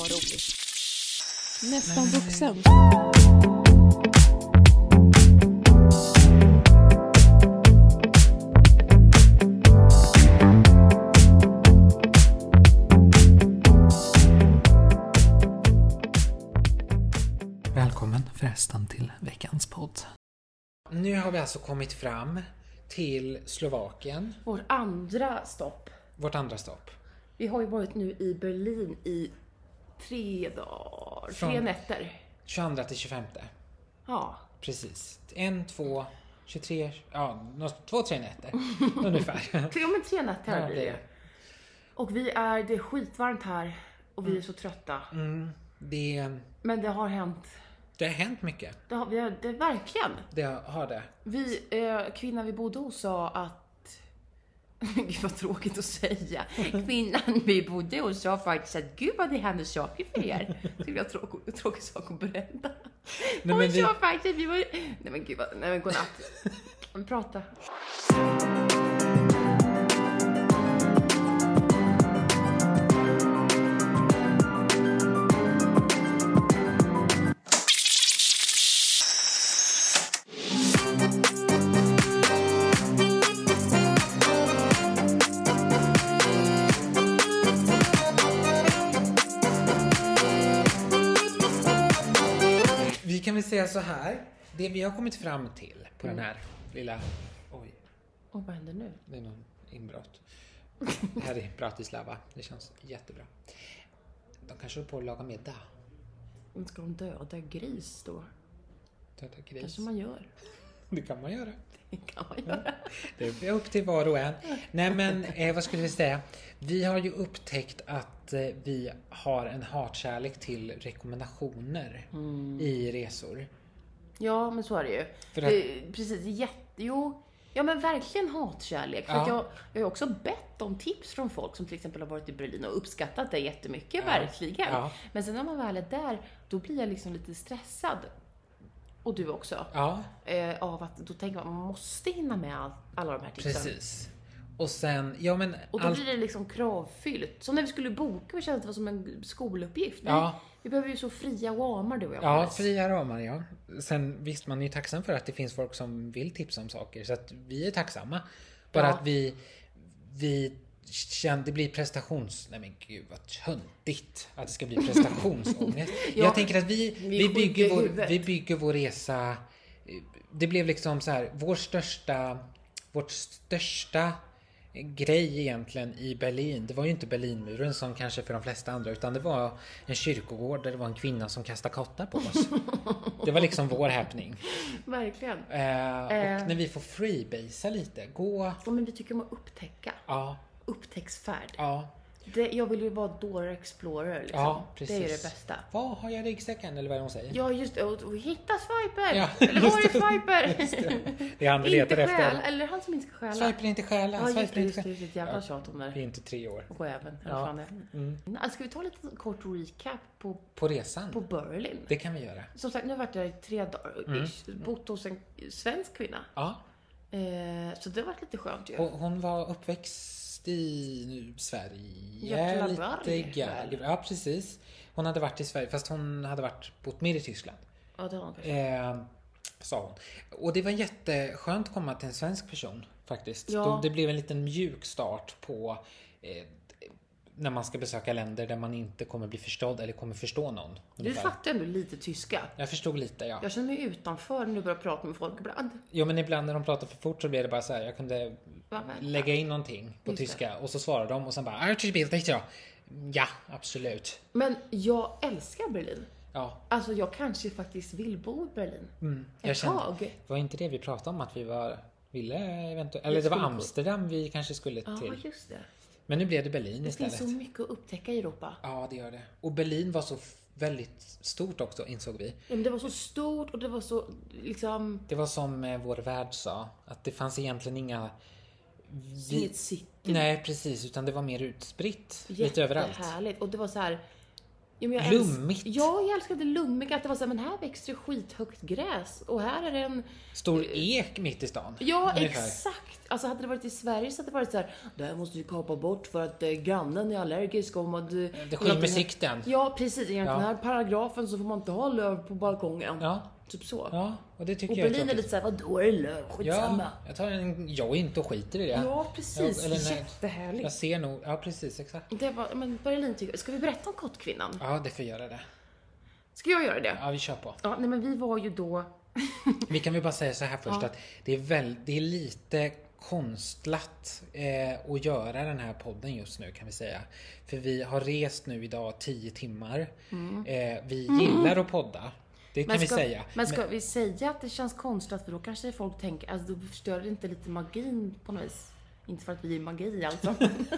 ha roligt. Nästan vuxen. Välkommen förresten till veckans podd. Nu har vi alltså kommit fram till Slovakien. Vårt andra stopp. Vårt andra stopp. Vi har ju varit nu i Berlin i 3 dagar. 3 nätter. 22 till 25. Ja. Precis. 1, 2, 23, ja, 2-3 nätter ungefär. 3 nätter Ja, blir det. Och det är skitvarmt här och vi är så trötta. Men det har hänt. Det har hänt mycket. Det verkligen. Det har det. Kvinnan vi bodde hos sa att gud vad tråkigt att säga. Kvinnan vi bodde hos sa faktiskt att gud vad det händer saker för er. Det är en tråkig sak att berätta. Hon sa faktiskt att vi var... Nej men gud vad... Nej men godnatt. Prata. Kan vi säga så här, det vi har kommit fram till på den här lilla... Oj, vad händer nu? Det är någon inbrott. Här i Bratislava, det känns jättebra. De kanske håller på att laga middag. Ska de döda gris då? Döda gris? Kanske man gör. Det kan man göra. Det kan man göra. Det är upp till var och en. Nej men, vad skulle vi säga? Vi har ju upptäckt att vi har en hatkärlek till rekommendationer i resor. Ja, men så är det ju. Precis, ja men verkligen hatkärlek. För att jag har också bett om tips från folk som till exempel har varit i Berlin och uppskattat det jättemycket, verkligen. Ja. Men sen när man väl är där, då blir jag liksom lite stressad. Och du också. Ja. Av att då tänker man måste hinna med alla de här tipsen. Precis. Och sen, och då blir det liksom kravfyllt. Som när vi skulle boka, vi kände att det var som en skoluppgift. Ja. Vi behöver ju så fria ramar du och jag. Ja, fria ramar, ja. Sen visst, man är ju tacksam för att det finns folk som vill tipsa om saker. Så att vi är tacksamma. Bara att vi känner, det blir nej men gud vad töntigt att det ska bli prestationsångest. Jag tänker att vi bygger vår resa. Det blev liksom så här, vårt största grej egentligen i Berlin. Det var ju inte Berlinmuren som kanske för de flesta andra, utan det var en kyrkogård där det var en kvinna som kastade kottar på oss. Det var liksom vår happening. Verkligen. Och när vi får freebasea lite, gå... Ja, men vi tycker om att upptäcka. Ja. Upptäcksfärd. Ja. Jag vill ju vara Dora Explorer liksom. Ja, precis. Det är det bästa. Vad har jag i ryggsäcken, eller vad är det hon säger? Ja, just det. Och hitta Swiper. Ja, eller var är Swiper? Det är han vi letar efter. Eller han som inte ska stjäla. Swiper inte stjäla. Ja, just det. Ett jävla tjat om det. Vi är inte 3 år. Och även. Ja. Alltså, ska vi ta lite kort recap på resan? På Berlin. Det kan vi göra. Som sagt, nu har jag varit där i 3 dagar. Bott hos en svensk kvinna. Ja. Så det har varit lite skönt ju. Hon var uppväxt i Sverige. Lite ja, precis. Hon hade varit i Sverige, fast hon hade bott mer i Tyskland. Ja, det var kanske. Sa hon. Och det var jätteskönt att komma till en svensk person faktiskt. Ja. Det blev en liten mjuk start på när man ska besöka länder där man inte kommer bli förstådd eller kommer förstå någon. Du fattar ändå lite tyska. Jag förstod lite, ja. Jag känner mig utanför när du börjar prata med folk ibland. Jo, men ibland när de pratar för fort så blir det bara så här. Jag kunde lägga in någonting på tyska och så svarar de och sen bara ja, absolut. Men jag älskar Berlin. Ja. Alltså jag kanske faktiskt vill bo i Berlin. Ett tag. Var inte det vi pratade om att vi ville eventuellt, eller det var Amsterdam vi kanske skulle till. Ja, just det. Men nu blev det Berlin istället. Det finns så mycket att upptäcka i Europa. Ja, det gör det. Och Berlin var så väldigt stort också, insåg vi. Ja, men det var så stort och det var så liksom... Det var som vår värld sa, att det fanns egentligen inget city. Nej, precis, utan det var mer utspritt lite överallt. Jättehärligt. Och det var så här, lummigt. Jag älskade lummigt, att det var så här, men här växer skithögt gräs och här är det en stor ek mitt i stan. Ja, ungefär. Exakt. Alltså hade det varit i Sverige så hade det varit så här, det här måste vi kapa bort för att grannen är allergisk om att det skiner sikten. Ja, precis. Enligt den här paragrafen så får man inte ha löv på balkongen. Ja. Typ så. Ja, och det tycker och jag är Berlin är lite såhär, vadå är det löv? Skitsamma. Ja, jag tar en joint och skiter i det. Ja, precis. Jättehärligt. Jag ser nog, ja precis, exakt. Det var, men Berlin tycker jag. Ska vi berätta om Kottkvinnan? Ja, det får göra det. Ska jag göra det? Ja, vi kör på. Ja, nej men vi var ju då... Vi kan väl bara säga så här först att det är lite konstlat att göra den här podden just nu, kan vi säga. För vi har rest nu idag 10 timmar. Vi gillar att podda. Det kan vi säga. Men ska vi säga att det känns konstlat, för då kanske folk tänker, alltså då förstör det inte lite magin på något vis. Inte för att vi är magi alltså.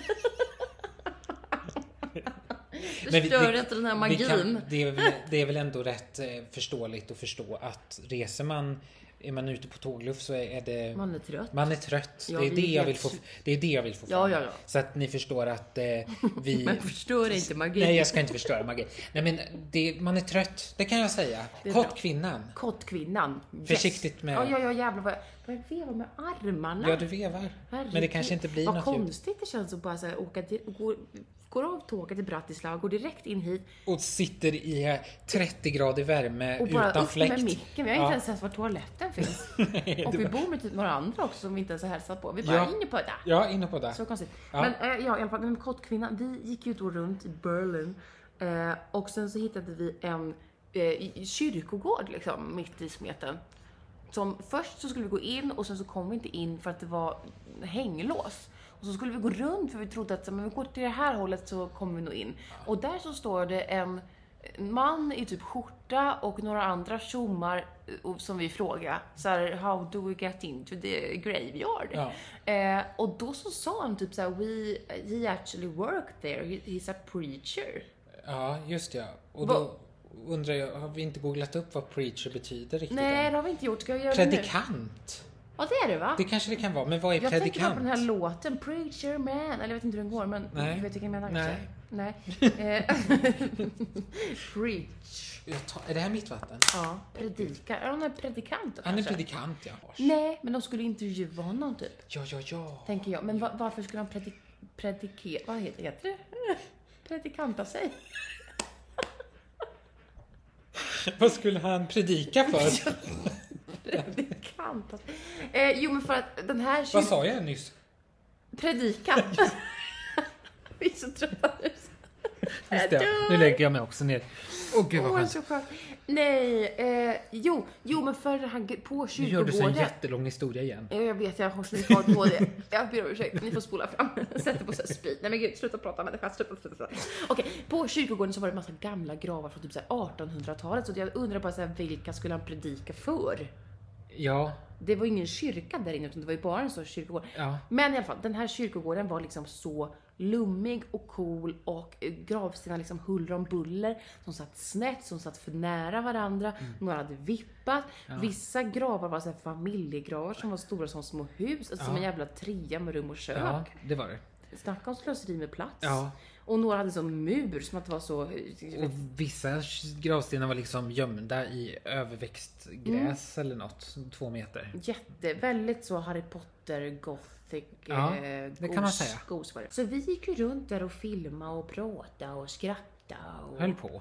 Det stör inte den här magin. Det är väl ändå rätt förståeligt att förstå att är man ute på tågluft så är det... Man är trött. Ja, det är det jag vill få fram. Ja. Så att ni förstår att vi... Men förstår inte magi. Nej, jag ska inte förstöra magi. Nej, men man är trött. Det kan jag säga. Kottkvinnan. Försiktigt med... Ja, jävlar vad jag vevar med armarna. Ja, du vevar. Herregud. Men det kanske inte blir något ljud. Vad konstigt det känns att bara så här, går av tåget till Bratislava, går direkt in hit. Och sitter i 30 grader värme och bara utan fläkt. Och med micken. Vi har inte ens var toaletten finns. Och vi bor med typ några andra också som vi inte ens har hälsat på. Vi bara inne på det. Ja, inne på det. Så konstigt. Ja. Men i alla fall, den Kottkvinnan, vi gick ju då runt i Berlin. Och sen så hittade vi en kyrkogård liksom, mitt i smeten. Som först så skulle vi gå in och sen så kom vi inte in för att det var hänglås. Och så skulle vi gå runt för vi trodde att men vi går till det här hållet så kommer vi nog in. Och där så står det en man i typ skjorta och några andra tjommar som vi frågar. Så här, how do we get into the graveyard? Ja. Och då så sa han typ så här, he actually worked there, he's a preacher. Ja, just det. Och då undrar jag, har vi inte googlat upp vad preacher betyder riktigt? Nej, det har vi inte gjort. Ska jag göra predikant? Ja, det är det va? Det kanske det kan vara, men vad är predikant? Jag tänker på den här låten, Preacher Man, eller jag vet inte hur den går, men nej. Du vet vilken jag menar. Nej. Preach. Är det här mitt vatten? Ja, predika. Är hon en predikant då, han är predikant, ja. Nej, men de skulle intervjua honom typ. Ja. Tänker jag. Men varför skulle han predikera? Vad heter det? Predikanta sig. Vad skulle han predika för? Predikant. Jo, men för att den här... Vad sa jag nyss? Predikant. Vi är så trötta nu. Nu lägger jag mig också ner. Gud vad skönt. Nej, jo, men för han på kyrkogården. Nu gör du så en jättelång historia igen. Jag vet, jag har så kvar på det. Jag ber om ursäkt, ni får spola fram. Sätter på så här speed. Nej men gud, sluta prata med det. Sluta. Okej, på kyrkogården så var det en massa gamla gravar från typ så här 1800-talet. Så jag undrar bara så här, vilka skulle han predika för? Ja. Det var ingen kyrka där inne, utan det var ju bara en sån kyrkogård. Ja. Men i alla fall, den här kyrkogården var liksom så lummig och cool, och gravstenarna liksom huller om buller. Som satt snett, som satt för nära varandra. Några hade vippat. Ja. Vissa gravar var så här familjegravar som var stora som små hus. Alltså som en jävla trea med rum och kök. Ja, det var det. Snacka om slöseri med plats. Ja. Och några hade som mur som att det var så... Och vissa gravstenar var liksom gömda i överväxt gräs eller något. 2 meter. Väldigt så Harry Potter, gothic, det kan man säga. Så vi gick ju runt där och filmade och pratade och skrattade. Och höll på.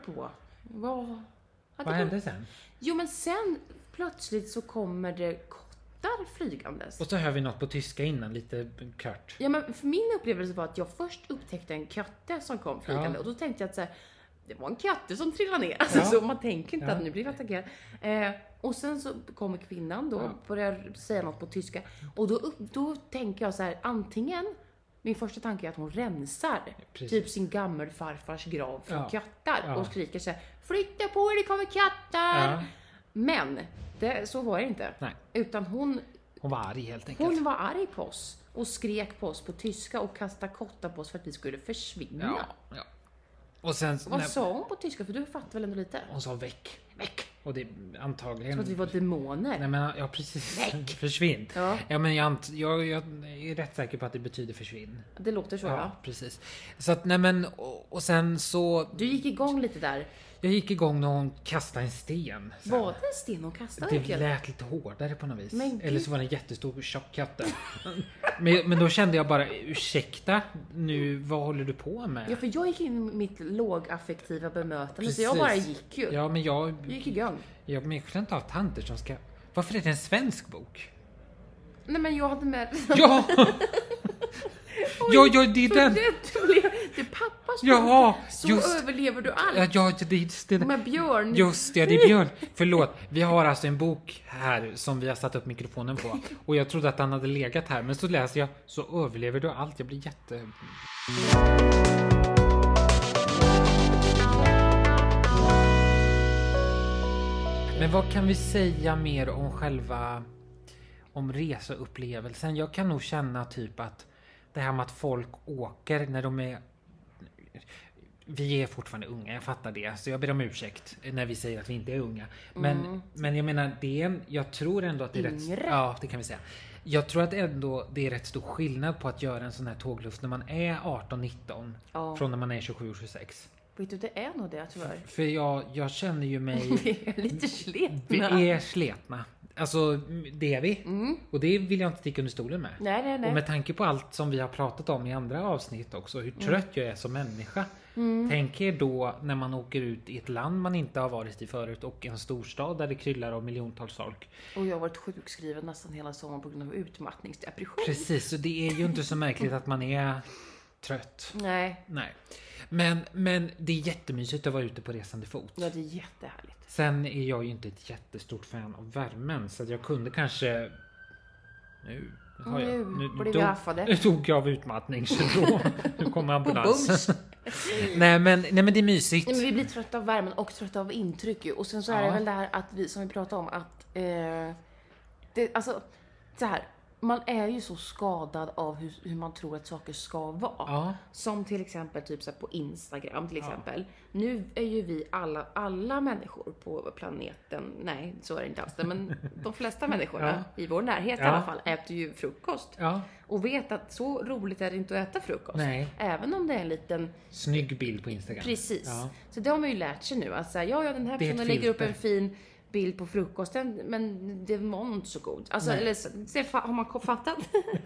Vad hände sen? Jo, men sen plötsligt så kommer det flygandes. Och så hör vi något på tyska innan, lite kört. Ja, men för min upplevelse var att jag först upptäckte en katte som kom flygande. Och då tänkte jag att så här, det var en katte som trillade ner. Alltså, så man tänker inte att nu blir vi attackerad. Och sen så kommer kvinnan då, börjar säga något på tyska. Och då tänker jag så här, antingen, min första tanke är att hon rensar typ sin gammelfarfars grav från kattar. Och skriker så här, flytta på er, det kommer kattar! Men så var det inte. Nej. Utan hon var arg helt enkelt. Hon var arg på oss och skrek på oss på tyska och kastade kottar på oss för att vi skulle försvinna. Ja. Och sen, vad sa hon på tyska? För du fattar väl ändå lite? Hon sa väck. Och det antagligen... Så att vi var demoner. Nej men, ja precis. Försvinn. Ja men jag är rätt säker på att det betyder försvinn. Det låter så, ja. Precis. Så att, nej men, och sen så... Du gick igång lite där. Jag gick igång när hon kastade en sten. Var det en sten hon kastade? Det lät lite hårdare på något vis. Eller så var det en jättestor tjock katt. men då kände jag bara, ursäkta, nu, vad håller du på med? Ja, för jag gick in i mitt lågaffektiva bemötande. Precis. Så jag bara gick ju. Ja, men jag gick igång. Men jag kunde inte ha tanter som ska... Varför är det en svensk bok? Nej, men jag hade med... Ja! Ja, det är den. Det är pappas bok. Så just, överlever du allt. Ja, det med Björn. Just det, det är Björn. Förlåt. Vi har alltså en bok här som vi har satt upp mikrofonen på. Och jag trodde att han hade legat här. Men så läser jag, så överlever du allt. Jag blir jätte... Men vad kan vi säga mer om om reseupplevelsen? Jag kan nog känna typ att det här med att folk åker när de är... Vi är fortfarande unga, jag fattar det. Så jag ber om ursäkt när vi säger att vi inte är unga. Men jag menar, jag tror ändå att det är rätt... Ja, det kan vi säga. Jag tror att ändå det är rätt stor skillnad på att göra en sån här tågluff när man är 18-19 från när man är 27-26. Vet du, det är nog det tyvärr. För jag känner ju mig... Vi är lite sletna. Vi är sletna. Alltså, det är vi. Och det vill jag inte sticka under stolen med. Nej. Och med tanke på allt som vi har pratat om i andra avsnitt också, hur trött jag är som människa. Tänk er då när man åker ut i ett land man inte har varit i förut och en storstad där det kryllar av miljontals folk. Och jag har varit sjukskriven nästan hela sommaren på grund av utmattningsdepression. Precis, så det är ju inte så märkligt att man är trött. Nej. Men det är jättemysigt att vara ute på resande fot. Ja, det är jättehärligt. Sen är jag ju inte ett jättestort fan av värmen, så att jag kunde kanske... Nu blev vi haffade. Nu tog jag av utmattningssyndrom. Nu kommer ambulansen. nej men det är mysigt. Nej, men vi blir trötta av värmen och trötta av intryck. Och sen så är det väl det här att vi, som vi pratade om, att alltså så här. Man är ju så skadad av hur man tror att saker ska vara. Ja. Som till exempel typ så här på Instagram till exempel. Nu är ju vi alla människor på planeten, nej så är det inte alls det, men de flesta människorna i vår närhet i alla fall äter ju frukost. Ja. Och vet att så roligt är det inte att äta frukost. Nej. Även om det är en liten... snygg bild på Instagram. Precis. Ja. Så det har man ju lärt sig nu. Att säga, den här personen lägger upp en fin bild på frukosten, men det var inte så god. Alltså, eller har man fattat?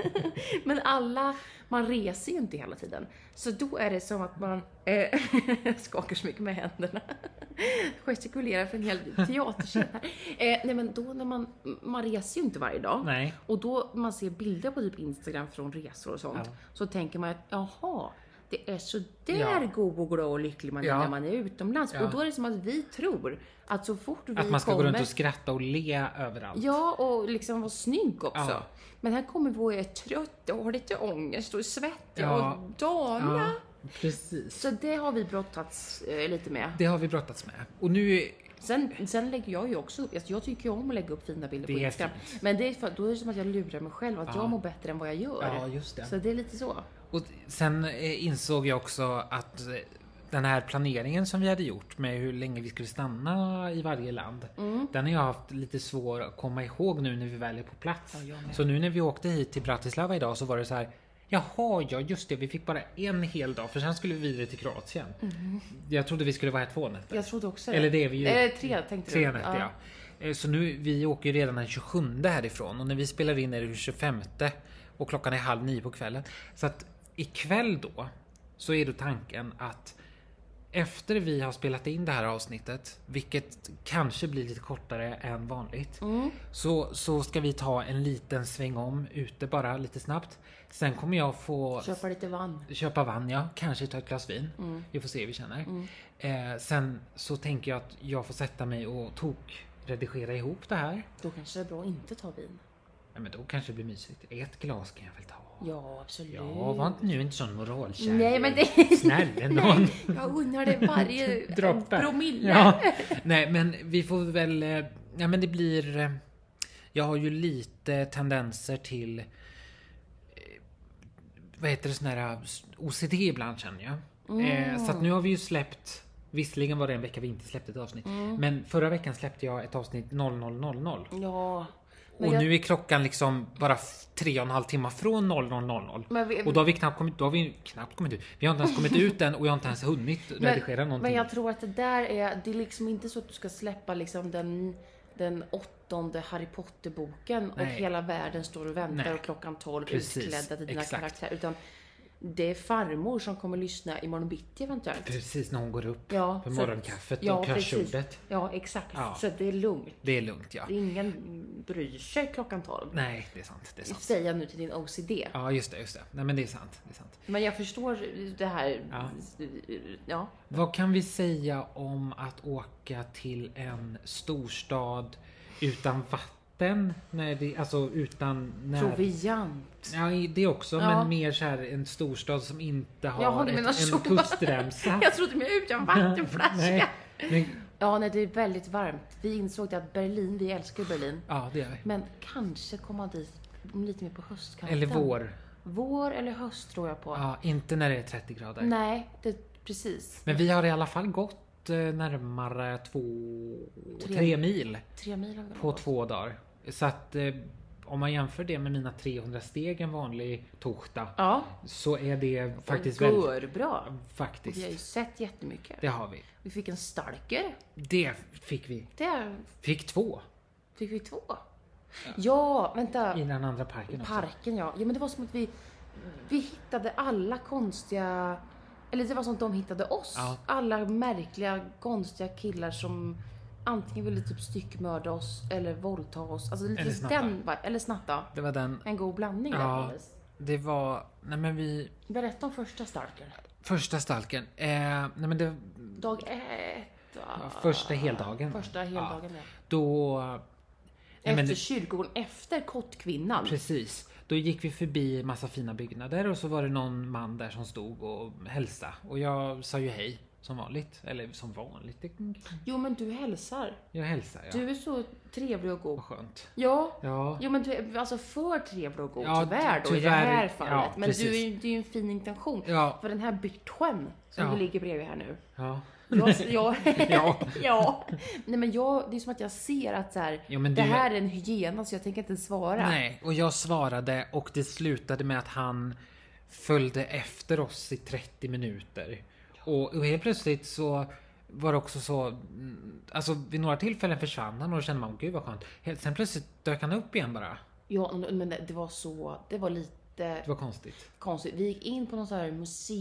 Men man reser ju inte hela tiden. Så då är det som att man skakar så mycket med händerna. Gestikulerar för en hel teaterscen här. Nej, men då när man reser ju inte varje dag. Nej. Och då man ser bilder på typ Instagram från resor och sånt, så tänker man att jaha, det är så där god och glad och lycklig man är när man är utomlands. Och då är det som att vi tror att så fort vi att man ska gå runt och skratta och le överallt. Ja, och liksom vara snygg också. Ja. Men här kommer vi och är trött och har lite ångest och svettig och dana. Ja, precis. Så det har vi brottats lite med. Det har vi brottats med. Och nu... Sen lägger jag ju också upp, jag tycker ju om att lägga upp fina bilder på Instagram. Men då är det som att jag lurar mig själv att jag mår bättre än vad jag gör. Ja, just det. Så det är lite så. Och sen insåg jag också att den här planeringen som vi hade gjort med hur länge vi skulle stanna i varje land, den har jag haft lite svår att komma ihåg nu när vi väl är på plats. Så nu när vi åkte hit till Bratislava idag så var det så här, jaha, just det, vi fick bara en hel dag för sen skulle vi vidare till Kroatien. Jag trodde vi skulle vara här 2 nätter. Jag trodde också det. Eller det är vi ju... 3 tänkte 3 nätter, ja. Så nu, vi åker ju redan den 27 härifrån och när vi spelar in är det den 25 och klockan är 8:30 på kvällen. Så att ikväll då så är då tanken att efter vi har spelat in det här avsnittet, vilket kanske blir lite kortare än vanligt, så ska vi ta en liten sväng om ute bara lite snabbt. Sen kommer jag få... Köpa lite vann. Köpa vann, ja. Kanske ta ett glas vin. Vi får se hur vi känner. Sen så tänker jag att jag får sätta mig och redigera ihop det här. Då kanske det är bra att inte ta vin. Ja, men då kanske det blir mysigt. 1 glas kan jag väl ta. Ja, absolut. Ja, var inte nu inte sån moralkär. Nej, men det... Snälla någon. Nej, jag undrar det varje promille. Ja. Nej, men vi får väl... Ja, men det blir... Jag har ju lite tendenser till... Vad heter det, sån här OCD ibland känner jag. Så att nu har vi ju släppt Visserligen var det en vecka vi inte släppte ett avsnitt. Men förra veckan släppte jag ett avsnitt 00:00. Ja. Och nu är klockan liksom bara 3,5 timmar från 00:00. Och då har vi knappt kommit ut. Vi har inte ens kommit ut än och jag har inte ens hunnit redigera någonting. Men jag tror att det är liksom inte så att du ska släppa liksom den 8:e Harry Potter-boken och hela världen står och väntar och klockan 12 utklädda till dina karaktärer. Utan det är farmor som kommer lyssna imorgon bitti eventuellt. Precis, när hon går upp för morgonkaffet och körsordet. Ja, exakt. Ja. Så det är lugnt. Det är lugnt, ja. Ingen bryr sig klockan 12. Nej, det är sant. Det säger jag nu till din OCD. Ja, just det. Nej, men det är sant. Men jag förstår det här. Ja. Vad kan vi säga om att åka till en storstad utan vatten? Proviant. Ja, det också, men mer så här en storstad som inte har en kustremsa. Jag trodde mer utan vattenflaska. Nej, det är väldigt varmt. Vi insåg att vi älskar Berlin. Ja, det gör vi. Men kanske komma dit lite mer på höstkanten. Eller vår. Vår eller höst tror jag på. Ja, inte när det är 30 grader. Nej, precis. Men vi har i alla fall gått närmare 3 mil. 3 mil på 2 dagar. Så att om man jämför det med mina 300 steg en vanlig torsdag så är det faktiskt väldigt bra. Faktiskt. Vi har ju sett jättemycket. Det har vi. Vi fick en Stalker. Det fick vi. Fick 2. Fick vi 2? Ja, vänta. I den andra parken också. Ja, men det var som att vi hittade alla konstiga... Eller det var som att de hittade oss. Ja. Alla märkliga, konstiga killar som antingen ville typ styckmörda oss eller våldta oss. Alltså lite eller snatta. Det var den. En god blandning. Ja, det var... Nej, men vi... Berätta om första stalkern. Första stalkern. Nej, men det... Dag 1. Första heldagen. Ja. Då... Efter kyrkogården, efter kottkvinnan. Precis. Då gick vi förbi massa fina byggnader och så var det någon man där som stod och hälsade. Och jag sa ju hej, som vanligt. Eller som vanligt. Jo, men du hälsar. Jag hälsar, ja. Du är så trevlig och god. Vad skönt. Ja. Jo, men du är alltså för trevlig och god, tyvärr då, i det här fallet. Ja, men det är ju en fin intention. Ja. För den här byttsjön som vi ligger bredvid här nu. Ja. Ja. Nej, men det är som att jag ser att så här, det här är en hyena, så jag tänker inte svara. Nej, och jag svarade och det slutade med att han följde efter oss i 30 minuter. Och helt plötsligt så var det också så, alltså vid några tillfällen försvann han och då kände man, gud vad skönt. Sen plötsligt dök han upp igen bara. Ja, men det var lite... Det var konstigt. Vi gick in på någon sån här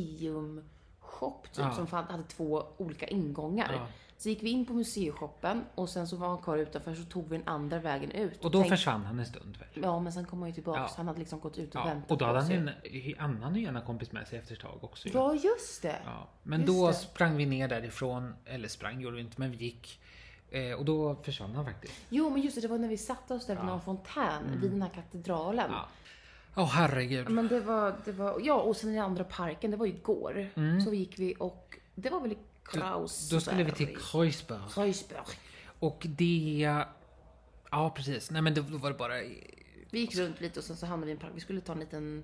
museumshop typ, som hade 2 olika ingångar. Ja. Så gick vi in på museishoppen och sen så var han kvar utanför, så tog vi den andra vägen ut. Och då försvann han en stund väl? Ja, men sen kom han ju tillbaka. Ja. Så han hade liksom gått ut och väntat. Och då hade han en annan hyena kompis med sig efter ett tag också. Ja, just det. Ja. Men då sprang vi ner därifrån, eller gjorde vi inte, men vi gick. Och då försvann han faktiskt. Jo, men just det var när vi satt oss där vid någon fontän vid den här katedralen. Ja. Herregud. Men det var ja, och sen i den andra parken, det var ju igår. Så gick vi och det var väl i Kraus. Då skulle vi till Kreuzberg. Och det... Ja, precis. Nej, men då var det bara... Vi gick runt lite och sen så hamnade vi i en park. Vi skulle ta en liten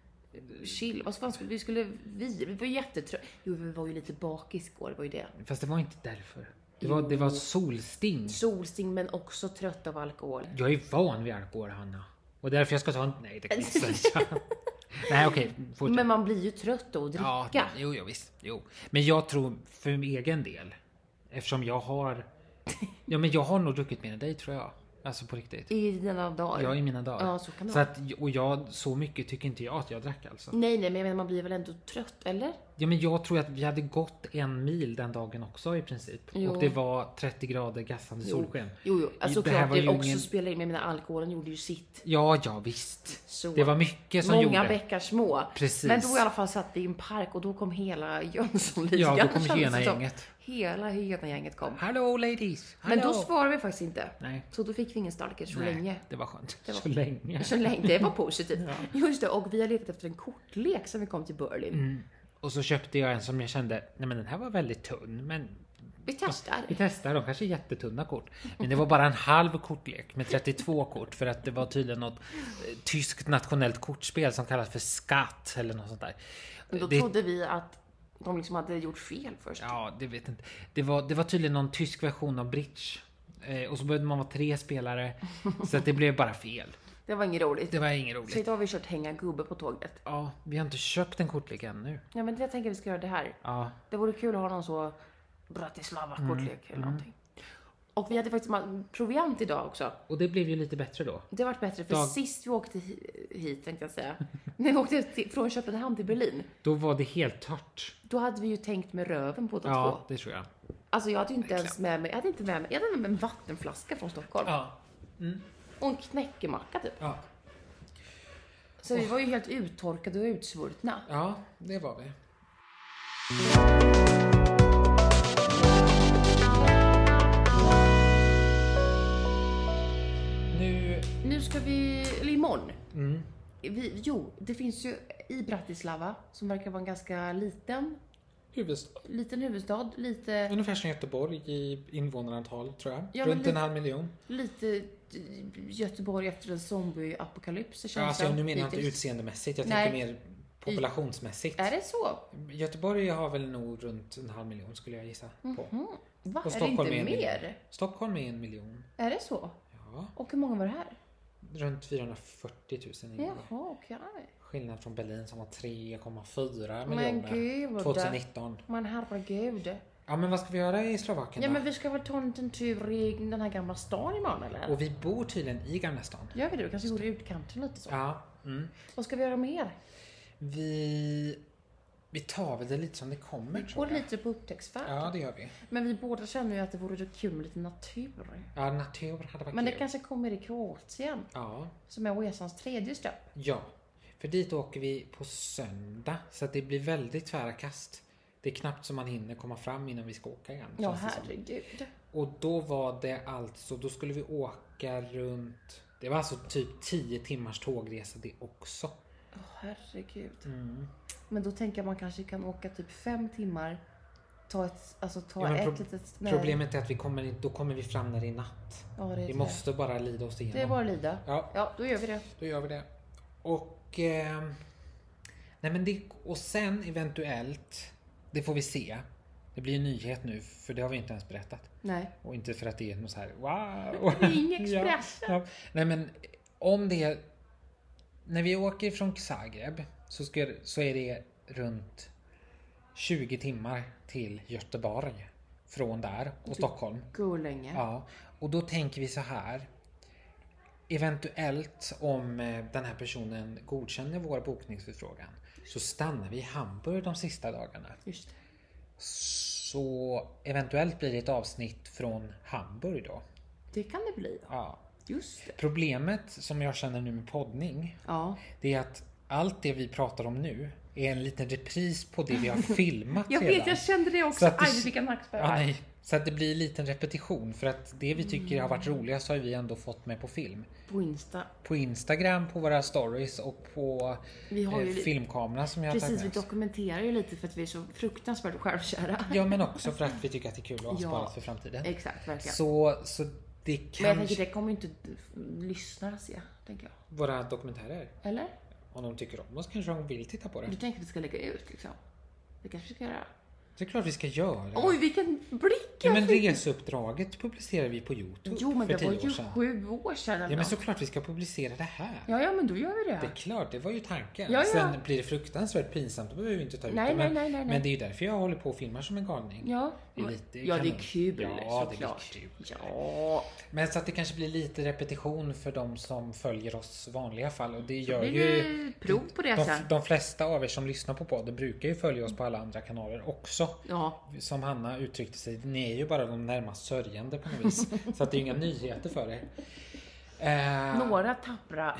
chill. Vad fan skulle vi var jättetrött. Jo, vi var ju lite bakis igår, det var ju det. Fast det var inte därför. Det var solsting. Solsting, men också trött av alkohol. Jag är van vid alkohol, Hanna. Och därför jag ska ta en... Nej, det kan jag inte säga. Nej, okej. Men man blir ju trött då att dricka. Ja, jo, visst. Jo. Men jag tror för min egen del, eftersom jag har... Ja, men jag har nog druckit mer än dig, tror jag. Alltså på riktigt. I dina dagar? Ja, i mina dagar. Ja, så kan det vara. Så mycket tycker inte jag att jag drack alltså. Nej, men jag menar, man blir väl ändå trött, eller? Ja, men jag tror att vi hade gått 1 mil den dagen också i princip. Jo. Och det var 30 grader gassande solsken. Jo. Alltså klart, det också spelar in. Men alkoholen gjorde ju sitt. Ja, visst. Så. Det var mycket som många bäckar små. Precis. Men då i alla fall satt vi i en park och då kom hela Jönssonligan. Ja, då kom hela gänget. Hela gänget kom. Hello ladies. Hello. Men då svarade vi faktiskt inte. Nej. Så då fick vi ingen stalker så länge. Det var skönt. Så länge. Det var positivt. Ja. Just det, och vi har letat efter en kortlek som vi kom till Berlin. Och så köpte jag en som jag kände, nej men den här var väldigt tunn, men vi testar. De kanske är jättetunna kort. Men det var bara en halv kortlek med 32 kort för att det var tydligen något tyskt nationellt kortspel som kallas för Skatt eller något sånt där. Då trodde vi att de liksom hade gjort fel först. Ja, det vet inte. Det var tydligen någon tysk version av bridge. Och så började man vara 3 spelare. Så att det blev bara fel. Det var inget roligt. Så idag har vi kört hänga gubbe på tåget. Ja, vi har inte köpt en kortlek ännu. Ja, men jag tänker att vi ska göra det här. Ja. Det vore kul att ha någon så Bratislava-kortlek eller någonting. Och vi hade faktiskt proviant idag också. Och det blev ju lite bättre då. Det var bättre, för sist vi åkte hit, tänkte jag säga. När vi åkte från Köpenhamn till Berlin. Då var det helt torrt. Då hade vi ju tänkt med röven på de två. Ja, det tror jag. Alltså jag hade ju inte ens med mig, jag hade med mig en vattenflaska från Stockholm. Ja. Och en knäckemacka typ. Ja. Så vi var ju helt uttorkade och utsvurtna. Ja, det var vi. Nu ska vi, eller imorgon. Det finns ju i Bratislava, som verkar vara en ganska liten huvudstad. Ungefär som Göteborg i invånarantal, tror jag. Ja, runt 500 000. Lite Göteborg efter en zombie-apokalyps. Alltså, nu menar jag inte utseendemässigt. Jag tänker mer populationsmässigt. Är det så? Göteborg har väl nog runt 500 000 skulle jag gissa på. Va? Och är det inte mer? Stockholm är 1 miljon. Är det så? Ja. Och hur många var det här? Runt 440 000 invånare. Jaha, okej. Skillnad från Berlin som var 3,4 miljoner. miljoner 2019. Men herregud. Ja, men vad ska vi göra i Slovakien? Ja, men vi ska väl ta en liten tur i den här gamla stan imorgon, eller? Och vi bor tydligen i gamla stan. Gör vi det? Kanske går i utkanten lite så. Ja. Vad ska vi göra mer? Vi tar väl det lite som det kommer, tror jag. Och lite på upptäcktsfärd. Ja, det gör vi. Men vi båda känner ju att det vore kul med lite natur. Ja, natur hade varit Men det kul. kanske kommer i Kroatien. Ja. Som är resans 3:e stopp. Ja, för dit åker vi på söndag. Så att det blir väldigt tvära kast. Det är knappt som man hinner komma fram innan vi ska åka igen. Ja, herregud. Och då var det alltså, då skulle vi åka runt, det var alltså typ 10 timmars tågresa det också. Herregud. Men då tänker jag man kanske kan åka typ 5 timmar. Problemet är att då kommer vi fram när det är natt. Ja, det är vi måste bara lida oss igenom. Det är bara lida. Ja, då gör vi det. Då gör vi det. Och och sen eventuellt, det får vi se. Det blir en nyhet nu, för det har vi inte ens berättat. Nej. Och inte för att det är något så här wow. Ring Expressen. Ja. Nej, men om det, när vi åker från Zagreb så är det runt 20 timmar till Göteborg från där och Stockholm. Gå länge. Ja, och då tänker vi så här. Eventuellt om den här personen godkänner vår bokningsförfrågan så stannar vi i Hamburg de sista dagarna. Just det. Så eventuellt blir det ett avsnitt från Hamburg då. Det kan det bli då. Ja. Just det. Problemet som jag känner nu med poddning, det är att allt det vi pratar om nu är en liten repris på det vi har filmat jag redan. vet, jag kände det också. Så att det blir en liten repetition. För att det vi tycker har varit roligast har vi ändå fått med på film. På Instagram, på våra stories och på filmkameran som jag har tagit med. Precis, vi dokumenterar ju lite för att vi är så fruktansvärt självkära. Ja, men också för att vi tycker att det är kul att ha sparat för framtiden. Exakt, verkligen. Så det kan... Men jag tänker, det kommer ju inte lyssnare se, tänker jag. Våra dokumentärer? Eller? Om de tycker om oss kanske de vill titta på det. Du tänker att vi ska lägga ut liksom? Det kanske vi ska göra. Det är klart vi ska göra. Oj, vilken blick! Ja, men reseuppdraget publicerar vi på YouTube. Jo, men det var ju 7 år sedan. Ja, men såklart vi ska publicera det här. Ja, men då gör vi det. Det är klart, det var ju tanken. Ja. Sen blir det fruktansvärt pinsamt, då behöver vi inte ta ut det. Nej. Men det är ju därför jag håller på och filmar som en galning. Ja, det är kul. Ja, det blir kul. Ja. Men så att det kanske blir lite repetition för de som följer oss i vanliga fall. Och det gör ju prov på det sen. De flesta av er som lyssnar på podden brukar ju följa oss på alla andra kanaler också. Ja. Som Hanna uttryckte sig, ni är ju bara de närmast sörjande på något vis. Så att det är inga nyheter för er. Några tappra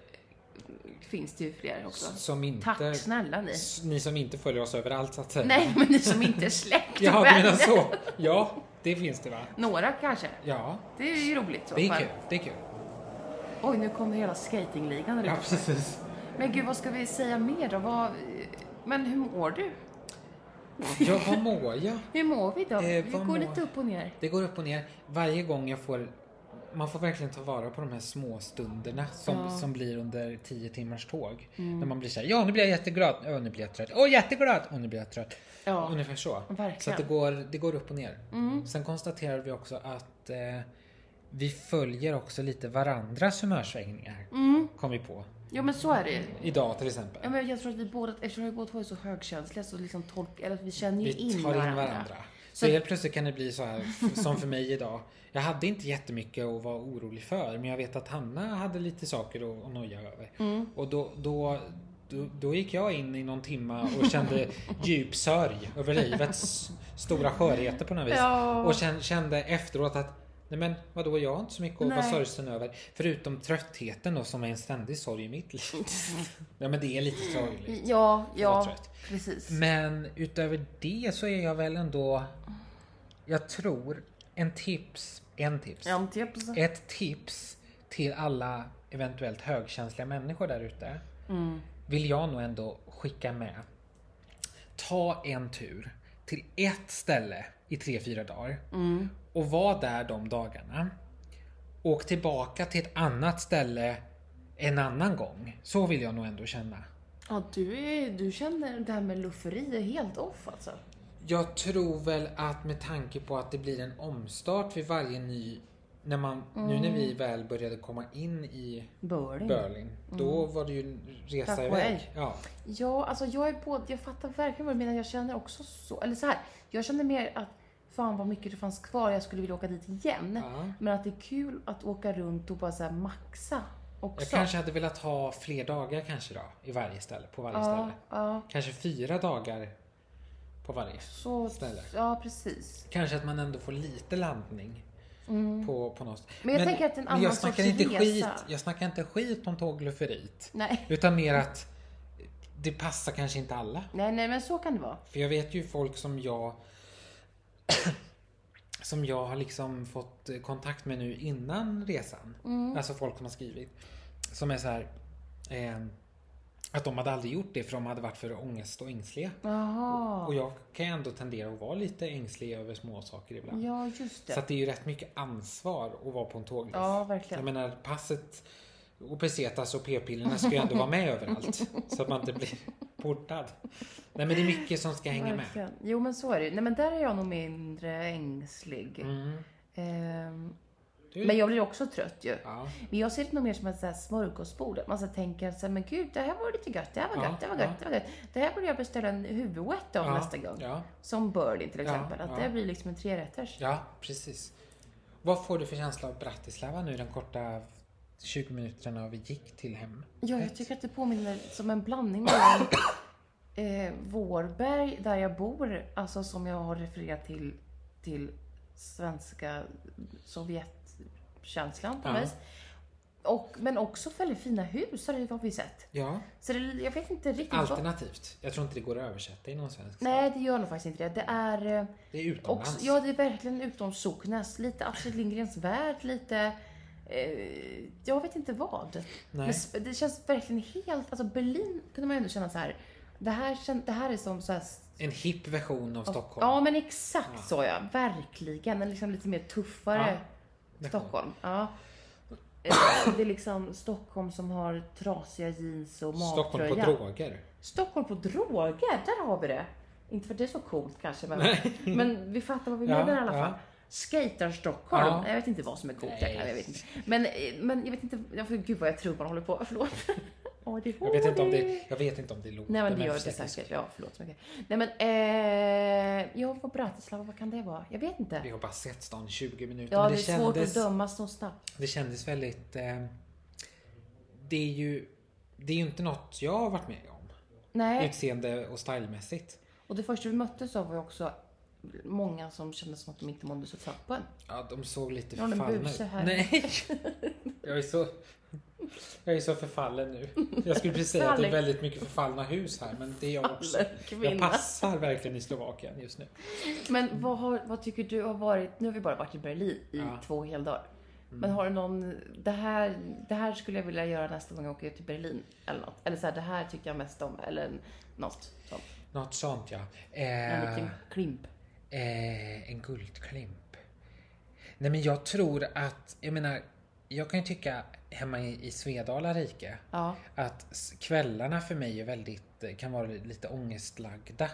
finns det ju fler också. Som inte, tack snälla ni. Ni som inte följer oss överallt så att säga. Nej, men ni som inte är släkt. Ja, du menar så. Ja, det finns det va? Några kanske. Ja. Det är ju roligt så. Det är kul. Oj, nu kommer hela skatingligan. Ja, precis. Men gud, vad ska vi säga mer då? Men hur mår du? Ja, vad mår jag? Hur mår vi då? Vi går lite upp och ner. Det går upp och ner. Varje gång jag får man får verkligen ta vara på de här små stunderna som blir under 10 timmars tåg. När man blir så här, ja nu blir jag jätteglad, nu blir jag trött, jätteglad, nu blir jag trött. Ja, ungefär så. Verkligen. Så att det går upp och ner. Sen konstaterar vi också att vi följer också lite varandras humörsvängningar. Kom vi på. Ja, men så är det. Idag till exempel. Ja, men jag tror att vi båda, eftersom vi båda är så högkänsliga så liksom eller att vi känner ju in varandra. Så helt plötsligt kan det bli så här som för mig idag. Jag hade inte jättemycket att vara orolig för, men jag vet att Hanna hade lite saker att noja över. Och då gick jag in i någon timma och kände djup sörj över livets stora skörheter på något vis. Ja. Och kände efteråt att nej men vadå, jag har inte så mycket att vara sörjsen över. Förutom tröttheten då, som är en ständig sorg i mitt liv. Ja, men det är lite sorgligt. Ja, precis. Men utöver det så är jag väl ändå, jag tror ett tips till alla eventuellt högkänsliga människor där ute vill jag nog ändå skicka med. Ta en tur till ett ställe i 3-4 dagar och var där de dagarna. Åk tillbaka till ett annat ställe en annan gång. Så vill jag nog ändå känna. Ja, du känner det här med lufferi är helt off alltså. Jag tror väl att med tanke på att det blir en omstart vid varje ny, nu när vi väl började komma in i Berlin då var det ju resa iväg. Ja, alltså jag fattar verkligen vad du menar. Jag känner också så, eller så här, jag känner mer att fan vad mycket det fanns kvar, jag skulle vilja åka dit igen. Men att det är kul att åka runt och bara så här maxa också. Jag kanske hade velat ha fler dagar kanske då på varje ställe. Kanske 4 dagar på varje ställe. Ja, precis. Kanske att man ändå får lite landning på något. Men jag tänker att en annan sorts resa. Jag snackar inte skit om tåglufferiet. Nej. Utan mer att det passar kanske inte alla. Nej, men så kan det vara. För jag vet ju folk som jag har liksom fått kontakt med nu innan resan. Alltså folk som har skrivit. Som är så här att de hade aldrig gjort det för de hade varit för ångest och ängsliga. Och jag kan ändå tendera att vara lite ängslig över små saker ibland. Ja, just det. Så att det är ju rätt mycket ansvar att vara på en tågluff. Ja, verkligen. Jag menar, passet och pesetas och p-pillerna ska ju ändå vara med överallt. Så att man inte blir portad. Nej, men det är mycket som ska hänga med. Jo, men så är det. Nej, men där är jag nog mindre ängslig. Men jag blir också trött ju. Ja. Men jag ser det nog mer som ett så här smörgåsbord. Man så tänker så här, men gud, det här var lite gött. Det här var gött, det var gött. Det här borde jag beställa en huvudrätt av nästa gång. Ja. Som Berlin till exempel. Att det blir liksom en 3-rätters. Ja, precis. Vad får du för känsla av Bratislava nu, den korta 20 minuterna vi gick till hem? Ja, jag tycker att det påminner som en blandning mellan Vårberg, där jag bor, alltså som jag har refererat till svenska Sovjetkänslan på vis. Men också väldigt fina hus har vi sett. Ja. Så jag vet inte riktigt. Alternativt. Jag tror inte det går att översätta i någon svensk. Nej, det gör nog faktiskt inte det. Det är utomlands. Också, ja, det är verkligen utom Socknäs. Lite Astrid Lindgrens värld, lite jag vet inte vad. Nej. Men det känns verkligen helt, alltså Berlin kunde man ändå känna så här. Det här är som så här, en hipp version av Stockholm. Ja, men exakt så ja. Verkligen. En liksom lite mer tuffare Stockholm. Ja. Det är liksom Stockholm som har trasiga jeans och mattröja. Stockholm på droger. Stockholm på droger, där har vi det. Inte för det är så coolt kanske, men vi fattar vad vi menar i alla fall. Skater Stockholm. Ja. Jag vet inte vad som är coolt. Jag vet inte. Men jag vet inte. Gud vad jag tror man håller på. Förlåt. Jag vet inte om det låter. Nej, men det gör det säkert. Ja, förlåt så mycket. Nej, men jag var Bratislava, vad kan det vara? Jag vet inte. Vi har bara sett stan i 20 minuter. Ja, men det är svårt att döma så snabbt. Det kändes väldigt det är ju inte något jag har varit med om. Nej. Utseende och stylemässigt. Och det första vi möttes av var ju också många som kände som att de inte mådde så trött på en. Ja, de såg lite förfallna ut. Nej. Jag är så förfallen nu. Jag skulle precis säga att det är väldigt mycket förfallna hus här, men det är jag också. Jag passar verkligen i Slovakien just nu. Men vad tycker du har varit, nu har vi bara varit i Berlin i 2 heldagar. Men har du någon, det här skulle jag vilja göra nästa gång jag åker till Berlin eller något. Eller så här, det här tycker jag mest om, eller något sånt. Något sånt, ja. En liten klimp. En guldklimp. Nej, men jag tror att, jag kan ju tycka hemma i Svedala rike att kvällarna för mig är kan vara lite ångestlagda.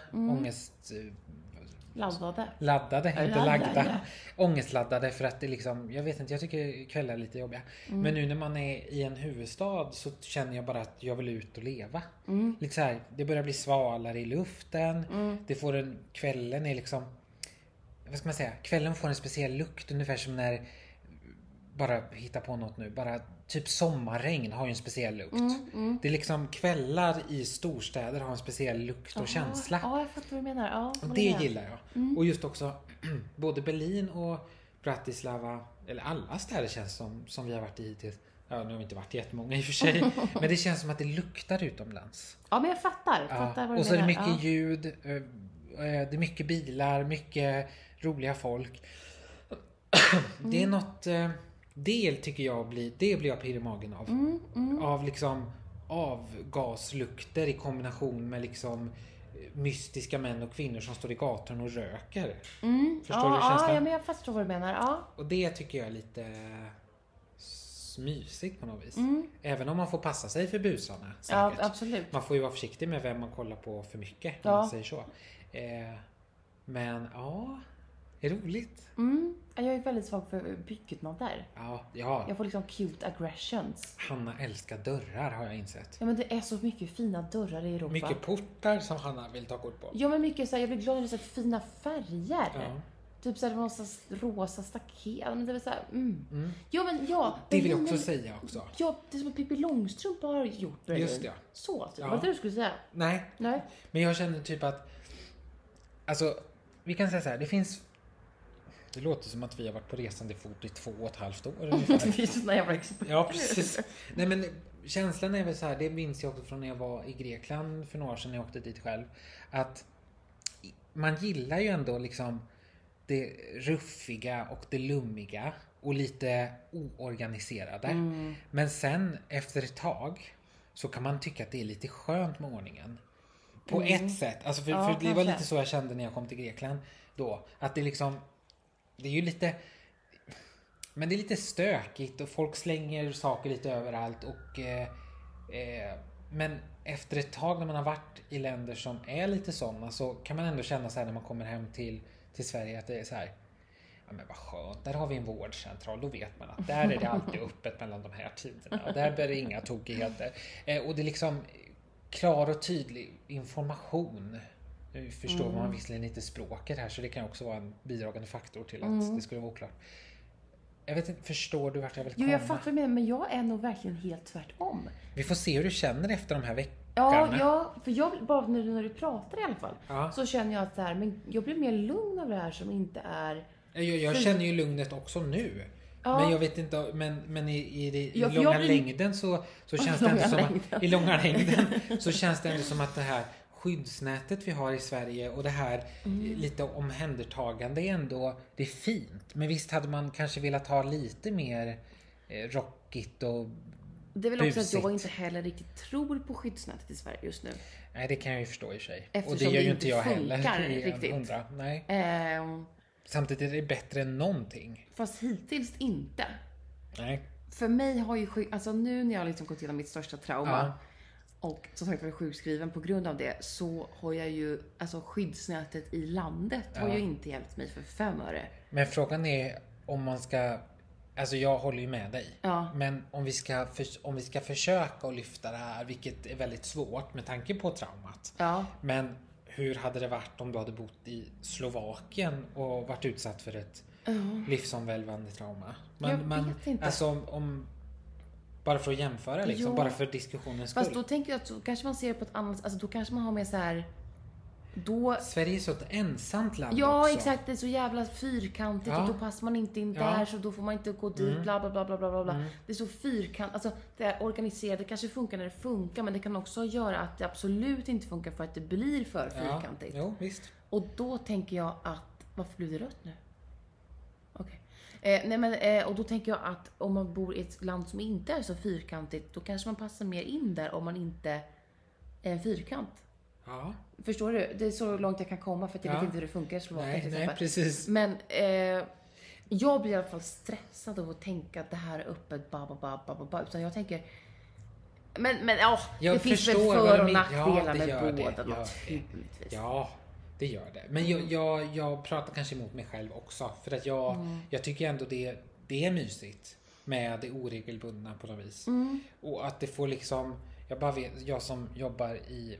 Laddade, inte lagda. Ångestladdade för att det liksom, jag vet inte, jag tycker kvällar är lite jobbiga. Men nu när man är i en huvudstad så känner jag bara att jag vill ut och leva. Lite så här, det börjar bli svalare i luften. Det får kvällen är liksom, vad ska man säga? Kvällen får en speciell lukt, ungefär som när, bara hitta på något nu, bara typ sommarregn har ju en speciell lukt. Det är liksom kvällar i storstäder har en speciell lukt och känsla. Ja, jag fattar vad du menar. Ja, och det gillar jag. Och just också både Berlin och Bratislava, eller alla städer känns som vi har varit i hittills. Ja, nu har vi inte varit jättemånga i och för sig. Men det känns som att det luktar utomlands. Ja, men jag fattar vad du menar. Och så är det mycket ljud, det är mycket bilar, mycket roliga folk. Det är något, det tycker jag blir jag pirr i magen av. Av liksom avgaslukter i kombination med liksom mystiska män och kvinnor som står i gatan och röker. Förstår du känslan? Ja, men jag förstår vad du menar. Ja. Och det tycker jag är lite mysigt på något vis. Även om man får passa sig för busarna. Säkert. Ja, absolut. Man får ju vara försiktig med vem man kollar på för mycket. Om man säger så. Men det är roligt. Jag är väldigt svag för byggutmat där. Ja. Jag får liksom cute aggressions. Hanna älskar dörrar, har jag insett. Ja, men det är så mycket fina dörrar i Europa. Mycket portar som Hanna vill ta kort på. Ja, men mycket så här, jag blir glad när det är så fina färger. Ja. Typ så här, det var någon rosa staket. Men det var så här, Ja, men det vill jag också säga också. Ja, det är som att Pippi Långstrump har gjort. Just det. Så, typ. Var det du skulle säga? Nej. Men jag känner typ att, alltså, vi kan säga så här, det låter som att vi har varit på resande fot i 2,5 år ungefär. Ja, precis. Nej, men känslan är väl så här, det minns jag också från när jag var i Grekland för några år sedan när jag åkte dit själv. Att man gillar ju ändå liksom det ruffiga och det lummiga och lite oorganiserade. Men sen efter ett tag så kan man tycka att det är lite skönt med ordningen. På ett sätt. Alltså för det var lite så jag kände när jag kom till Grekland då. Att det liksom, det är ju lite, men det är lite stökigt och folk slänger saker lite överallt och men efter ett tag när man har varit i länder som är lite sådana så kan man ändå känna så här när man kommer hem till Sverige att det är så här, ja men vad skönt, där har vi en vårdcentral, då vet man att där är det alltid öppet mellan de här tiderna, där blir det inga tokigheter och det är liksom klar och tydlig information. Nu förstår man visserligen inte språket här så det kan också vara en bidragande faktor till att det skulle vara oklart. Jag vet inte, förstår du vart jag vill komma? Jo, jag fattar med, men jag är nog verkligen helt tvärtom. Vi får se hur du känner efter de här veckorna. Ja, för jag, bara nu när du pratar i alla fall, så känner jag att så här, men jag blir mer lugn av det här som inte är... Jag känner ju lugnet också nu. Men jag vet inte, men i långa längden så känns det ändå som att, i långa längden så känns det ändå som att det här skyddsnätet vi har i Sverige och det här lite omhändertagande är ändå, det är fint. Men visst hade man kanske velat ha lite mer rockigt och det är väl också busigt. Att jag inte heller riktigt tror på skyddsnätet i Sverige just nu. Nej, det kan jag ju förstå i sig. Eftersom och det gör ju inte jag heller riktigt. 100. Nej. Samtidigt är det bättre än någonting. Fast hittills inte. Nej. För mig har ju alltså nu när jag liksom gått igenom mitt största trauma och som sagt var sjukskriven på grund av det, så har jag ju, alltså skyddsnätet i landet har ju inte hjälpt mig för 5 öre. Men frågan är om man ska, alltså jag håller ju med dig. Men om vi ska försöka att lyfta det här, vilket är väldigt svårt med tanke på traumat. Men hur hade det varit om du hade bott i Slovakien och varit utsatt för ett livsomvälvande trauma? Jag vet inte. Alltså om bara för att jämföra liksom, bara för diskussionens skull. Fast då tänker jag att så kanske man ser det på ett annat, alltså då kanske man har med så här, Sverige är så ett ensamt land Ja, också. exakt, det är så jävla fyrkantigt och då passar man inte in där, så då får man inte gå dit, bla bla bla bla bla bla. Det är så fyrkantigt, alltså det är organiserat, det kanske funkar när det funkar, men det kan också göra att det absolut inte funkar för att det blir för fyrkantigt. Jo, visst. Och då tänker jag att, varför blir det rött nu? Okej. Och då tänker jag att om man bor i ett land som inte är så fyrkantigt, då kanske man passar mer in där om man inte är en fyrkant. Ja. Förstår du? Det är så långt jag kan komma för att jag vet inte hur det funkar i Slovakien till exempel. Nej, precis. Men Jag blir i alla fall stressad av att tänka att det här är öppet utan jag tänker men ja, det finns väl för- och nackdelar med båda naturligtvis. Ja, det gör det. Men jag pratar kanske emot mig själv också. För att jag tycker ändå det är mysigt med det oregelbundna på något vis. Och att det får liksom, jag som jobbar i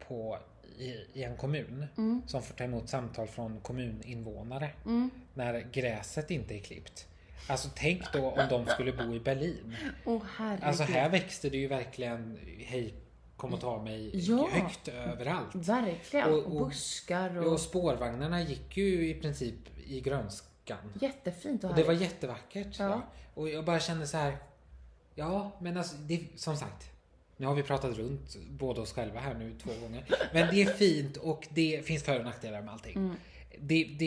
en kommun som får ta emot samtal från kommuninvånare när gräset inte är klippt. Alltså tänk då om de skulle bo i Berlin. Alltså här växte det ju verkligen kom att ta mig högt överallt. Verkligen. Och buskar. Och spårvagnarna gick ju i princip i grönskan. Jättefint. Och det var jättevackert. Ja. Och jag bara kände så här. Ja, men alltså, som sagt. Nu har vi pratat runt både oss själva här nu 2 gånger. Men det är fint och det finns för- och nackdelar med allting. Det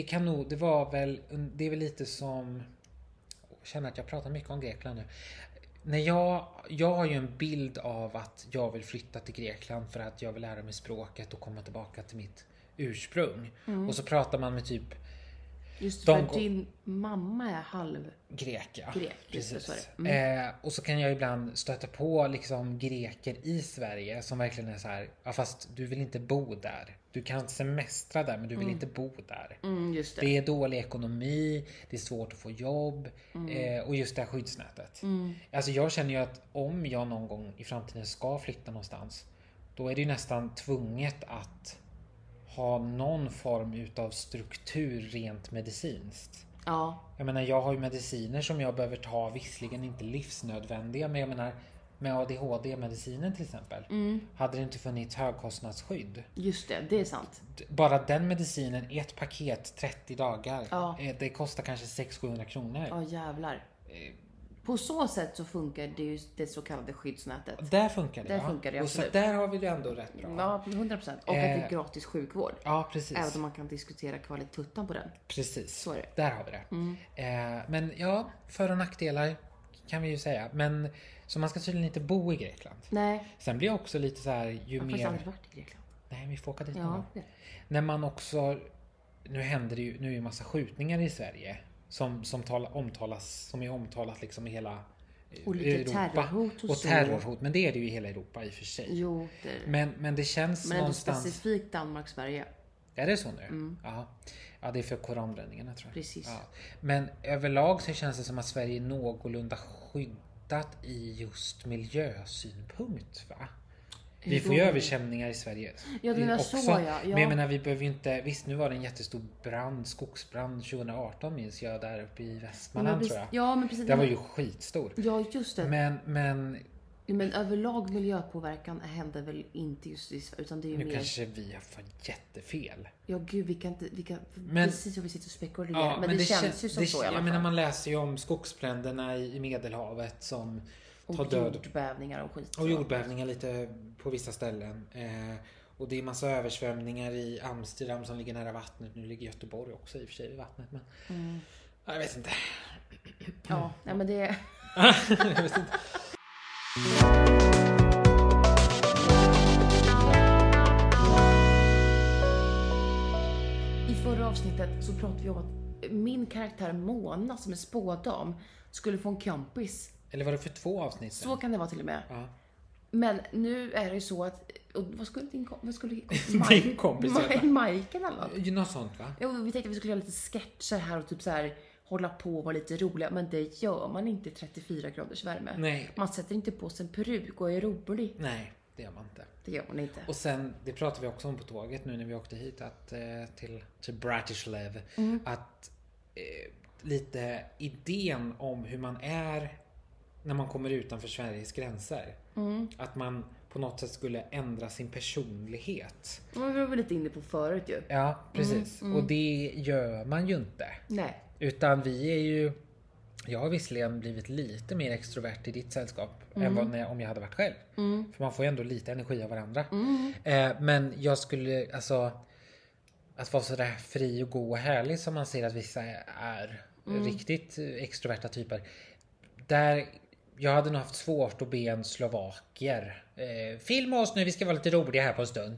är väl lite som... Jag känner att jag pratar mycket om Grekland nu. När jag har ju en bild av att jag vill flytta till Grekland för att jag vill lära mig språket och komma tillbaka till mitt ursprung. Och så pratar man med typ... Just för din mamma är halv... Grek. Precis. Och så kan jag ibland stöta på liksom greker i Sverige som verkligen är så här, ja, fast du vill inte bo där. Du kan semestra där men du vill inte bo där. Just det. Det är dålig ekonomi, det är svårt att få jobb och just det här skyddsnätet. Alltså jag känner ju att om jag någon gång i framtiden ska flytta någonstans, då är det ju nästan tvunget att ha någon form utav struktur rent medicinskt. Ja. Jag menar, jag har ju mediciner som jag behöver ta, visserligen inte livsnödvändiga, men jag menar med ADHD-medicinen till exempel. Hade det inte funnits högkostnadsskydd. Just det är sant. Bara den medicinen, ett paket 30 dagar, det kostar kanske 600-700 kronor. Ja, jävlar. På så sätt så funkar det ju det så kallade skyddsnätet. Där funkar det, funkar det och absolut. så där har vi det ändå rätt bra. Ja, 100%. Och att det är gratis sjukvård. Ja, precis. Även om man kan diskutera kvaliteten på den. Precis, så är det. Där har vi det. Men ja, för- och nackdelar kan vi ju säga. Men så man ska tydligen inte bo i Grekland. Nej. Sen blir jag också lite så här, ju mer... Jag har aldrig varit i Grekland. Nej, vi får åka dit. Ja. När man också... Nu händer det ju, nu är ju massa skjutningar i Sverige. Som är omtalat liksom i hela och lite Europa. terrorhot och så. Terrorhot, men det är det ju i hela Europa i och för sig. Jo, det är det. Men det känns men någonstans... Men specifikt Danmark, Sverige. Är det så nu? Ja, det är för koranbränningarna tror jag. Precis. Ja. Men överlag så känns det som att Sverige är någorlunda skyddat i just miljösynpunkt, va? Vi får ju översvämningar i Sverige. Ja, det är så, ja. Men jag menar, vi behöver ju inte... Visst, nu var det en jättestor skogsbrand 2018 minns jag, där uppe i Västmanland tror jag. Ja, men precis. Det var ju skitstor. Ja, just det. Men överlag miljöpåverkan händer väl inte just i Sverige, utan det är ju nu mer... kanske vi har fått jättefel. Ja, gud, vi kan precis som vi sitter och spekulerar. Ja, men det känns ju som så i alla fall. Jag menar, man läser ju om skogsbränderna i Medelhavet som tar död. Jordbävningar och skit. Och jordbävningar lite på vissa ställen. Och det är massa översvämningar i Amsterdam som ligger nära vattnet. Nu ligger Göteborg också i och för sig vid vattnet. Men jag vet inte. Ja, nej, men det... jag vet inte. I förra avsnittet så pratade vi om att min karaktär Mona, som är spådam, skulle få en kompis. Eller var det för 2 avsnitt sen? Så kan det vara till och med. Ja. Men nu är det så att... Vad skulle din kompis... Din kompis Majken eller något? Något sånt, va? Jo, vi tänkte att vi skulle göra lite sketcher här och typ så här hålla på och vara lite roliga. Men det gör man inte i 34 graders värme. Nej. Man sätter inte på sig en peruk och är rolig. Nej, det gör man inte. Det gör man inte. Och sen, det pratade vi också om på tåget nu när vi åkte hit till Bratislava. Att lite idén om hur man är när man kommer utanför Sveriges gränser. Att man på något sätt skulle ändra sin personlighet. Vi var väl lite inne på förut ju. Ja, precis. Och det gör man ju inte. Nej. Utan vi är ju... Jag har visserligen blivit lite mer extrovert i ditt sällskap än om jag hade varit själv. För man får ju ändå lite energi av varandra. Men jag skulle, alltså... Att vara sådär fri och god och härlig som man ser att vissa är riktigt extroverta typer. Där... Jag hade nog haft svårt att be en slovakier. Filma oss nu, vi ska vara lite roliga här på en stund.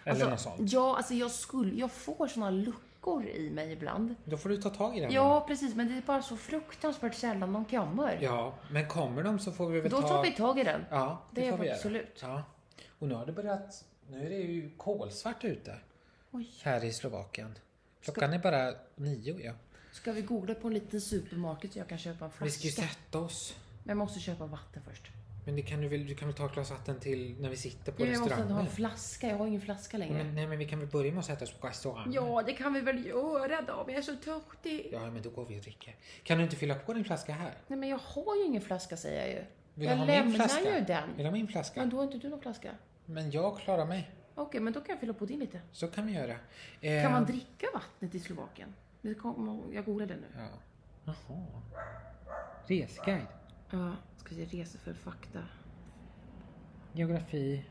Eller något sånt. Ja, alltså jag får såna luckor i mig ibland. Då får du ta tag i den. Ja, precis. Men det är bara så fruktansvärt sällan de kommer. Ja, men kommer de så får vi väl Då tar vi tag i den. Ja, det får vi absolut. Ja. Och nu har det börjat... Nu är det ju kolsvart ute. Oj. Här i Slovakien. Klockan är bara 9, ja. Ska vi googla på en liten supermarket så jag kan köpa en flaska? Vi ska ju sätta oss. Men jag måste köpa vatten först. Men du kan väl ta ett glas vatten till när vi sitter på restaurangen? Jag måste ha en flaska. Jag har ingen flaska längre. Men vi kan väl börja med att sätta oss på restaurangen? Ja, det kan vi väl göra då. Men jag är så törstig. Ja, men då går vi och dricker. Kan du inte fylla på din flaska här? Nej, men jag har ju ingen flaska, säger jag ju. Vill jag du ha lämnar min flaska? ju den. Vill du ha min flaska? Men då har inte du någon flaska. Men jag klarar mig. Okej, men då kan jag fylla på din lite. Så kan vi göra. Kan man dricka vattnet i Slovakien? Jag googlar det nu. Ja. Jaha. Resguide. Ja, ska se resor för fakta. Geografi.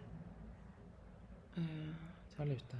Valuta.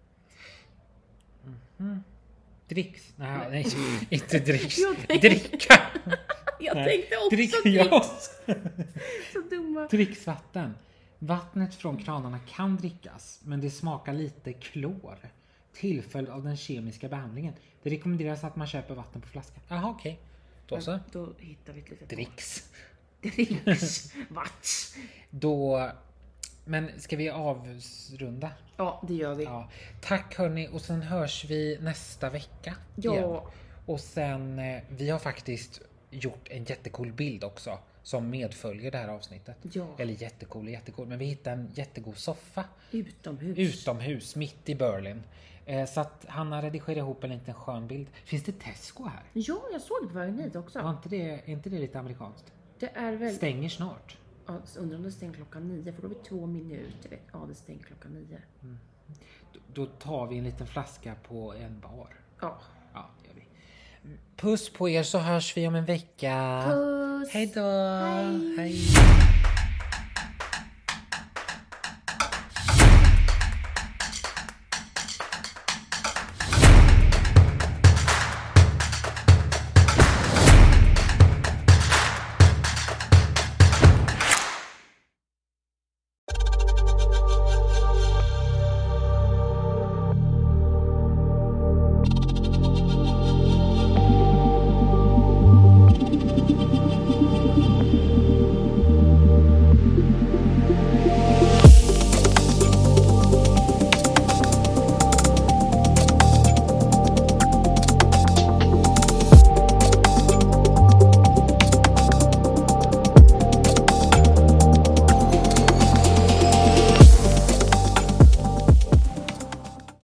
Dricks. Nej, inte dricks. Dricka. Jag tänkte också dricks. Ja. Så dumma. Dricksvatten. Vattnet från kranarna kan drickas, men det smakar lite klor. Tillföljd av den kemiska behandlingen. Det rekommenderas att man köper vatten på flaska. Jaha, okej. Då så. Då hittar vi ett litet dricks. Dricks. Vats. Då... Men ska vi avrunda? Ja, det gör vi. Ja. Tack hörni, och sen hörs vi nästa vecka. Ja. Igen. Och sen, vi har faktiskt gjort en jättecool bild också som medföljer det här avsnittet. Ja. Eller jättecool. Men vi hittade en jättegod soffa. Utomhus, mitt i Berlin. Så att han har redigerat ihop en liten skön bild. Finns det Tesco här? Ja, jag såg det på vägen hit också. Är inte det lite amerikanskt? Det är väl... Stänger snart. Ja, undrar om det stänger klockan 9, för då har vi 2 minuter. Ja, det stänger klockan 9. Då tar vi en liten flaska på en bar. Ja. Ja, det gör vi. Puss på er, så hörs vi om en vecka. Puss. Hej då. Hej. Hej.